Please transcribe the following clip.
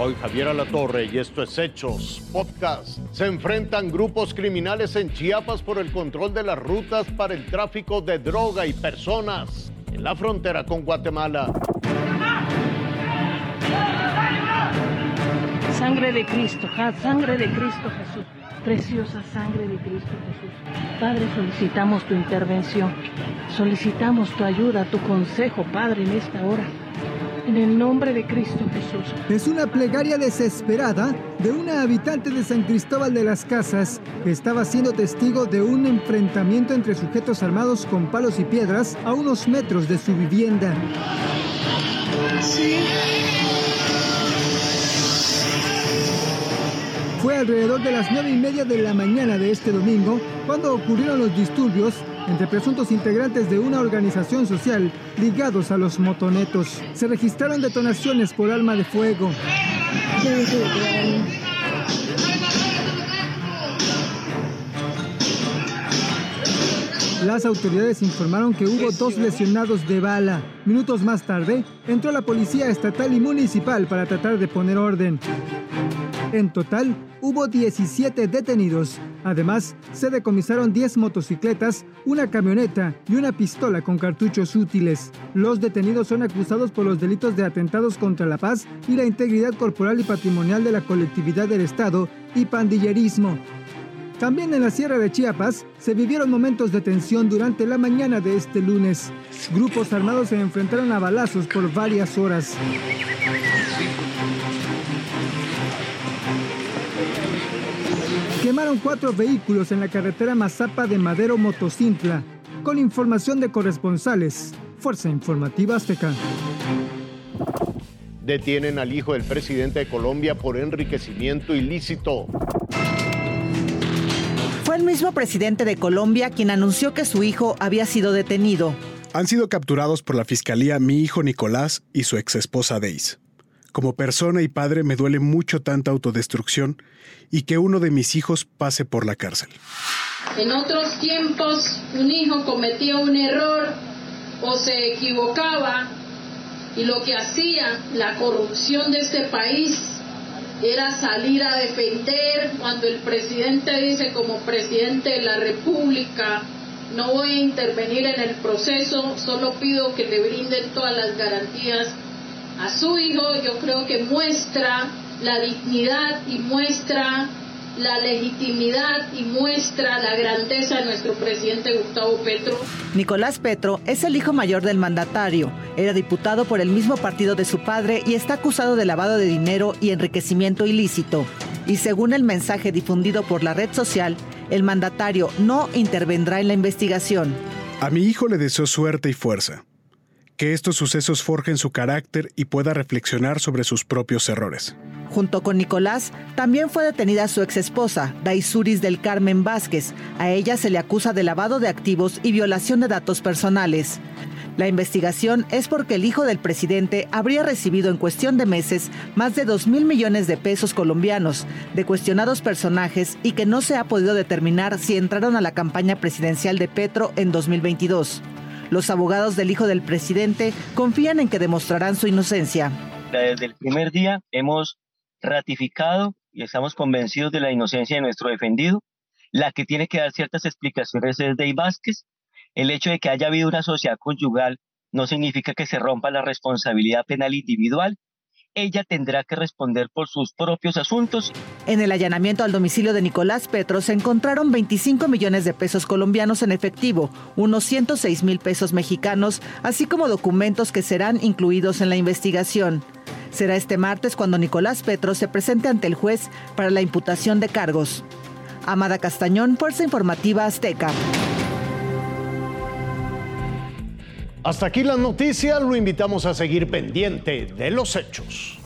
Soy Javier Alatorre y esto es Hechos Podcast. Se enfrentan grupos criminales en Chiapas por el control de las rutas para el tráfico de droga y personas en la frontera con Guatemala. Sangre de Cristo, sangre de Cristo Jesús, preciosa sangre de Cristo Jesús. Padre, solicitamos tu intervención, solicitamos tu ayuda, tu consejo, Padre, en esta hora. En el nombre de Cristo Jesús. Es una plegaria desesperada de una habitante de San Cristóbal de las Casas que estaba siendo testigo de un enfrentamiento entre sujetos armados con palos y piedras a unos metros de su vivienda. Sí. Fue alrededor de las 9:30 de la mañana de este domingo cuando ocurrieron los disturbios entre presuntos integrantes de una organización social ligados a los motonetos. Se registraron detonaciones por arma de fuego. Las autoridades informaron que hubo 2 lesionados de bala. Minutos más tarde, entró la policía estatal y municipal para tratar de poner orden. En total, hubo 17 detenidos. Además, se decomisaron 10 motocicletas, una camioneta y una pistola con cartuchos útiles. Los detenidos son acusados por los delitos de atentados contra la paz y la integridad corporal y patrimonial de la colectividad del Estado y pandillerismo. También en la Sierra de Chiapas se vivieron momentos de tensión durante la mañana de este lunes. Grupos armados se enfrentaron a balazos por varias horas. Quemaron 4 vehículos en la carretera Mazapa de Madero Motocintla. Con información de corresponsales, Fuerza Informativa Azteca. Detienen al hijo del presidente de Colombia por enriquecimiento ilícito. Fue el mismo presidente de Colombia quien anunció que su hijo había sido detenido. Han sido capturados por la fiscalía mi hijo Nicolás y su exesposa Deis. Como persona y padre me duele mucho tanta autodestrucción y que uno de mis hijos pase por la cárcel. En otros tiempos, un hijo cometía un error o se equivocaba y lo que hacía la corrupción de este país era salir a defender. Cuando el presidente dice como presidente de la República, no voy a intervenir en el proceso, solo pido que le brinden todas las garantías a su hijo, yo creo que muestra la dignidad y muestra la legitimidad y muestra la grandeza de nuestro presidente Gustavo Petro. Nicolás Petro es el hijo mayor del mandatario, era diputado por el mismo partido de su padre y está acusado de lavado de dinero y enriquecimiento ilícito. Y según el mensaje difundido por la red social, el mandatario no intervendrá en la investigación. A mi hijo le deseo suerte y fuerza. Que estos sucesos forjen su carácter y pueda reflexionar sobre sus propios errores. Junto con Nicolás, también fue detenida su exesposa, Daisuris del Carmen Vázquez. A ella se le acusa de lavado de activos y violación de datos personales. La investigación es porque el hijo del presidente habría recibido en cuestión de meses más de 2,000 millones de pesos colombianos de cuestionados personajes y que no se ha podido determinar si entraron a la campaña presidencial de Petro en 2022. Los abogados del hijo del presidente confían en que demostrarán su inocencia. Desde el primer día hemos ratificado y estamos convencidos de la inocencia de nuestro defendido. La que tiene que dar ciertas explicaciones es Deis Vázquez. El hecho de que haya habido una sociedad conyugal no significa que se rompa la responsabilidad penal individual. Ella tendrá que responder por sus propios asuntos. En el allanamiento al domicilio de Nicolás Petro se encontraron 25 millones de pesos colombianos en efectivo, unos 106,000 pesos mexicanos, así como documentos que serán incluidos en la investigación. Será este martes cuando Nicolás Petro se presente ante el juez para la imputación de cargos. Amada Castañón, Fuerza Informativa Azteca. Hasta aquí las noticias, lo invitamos a seguir pendiente de los hechos.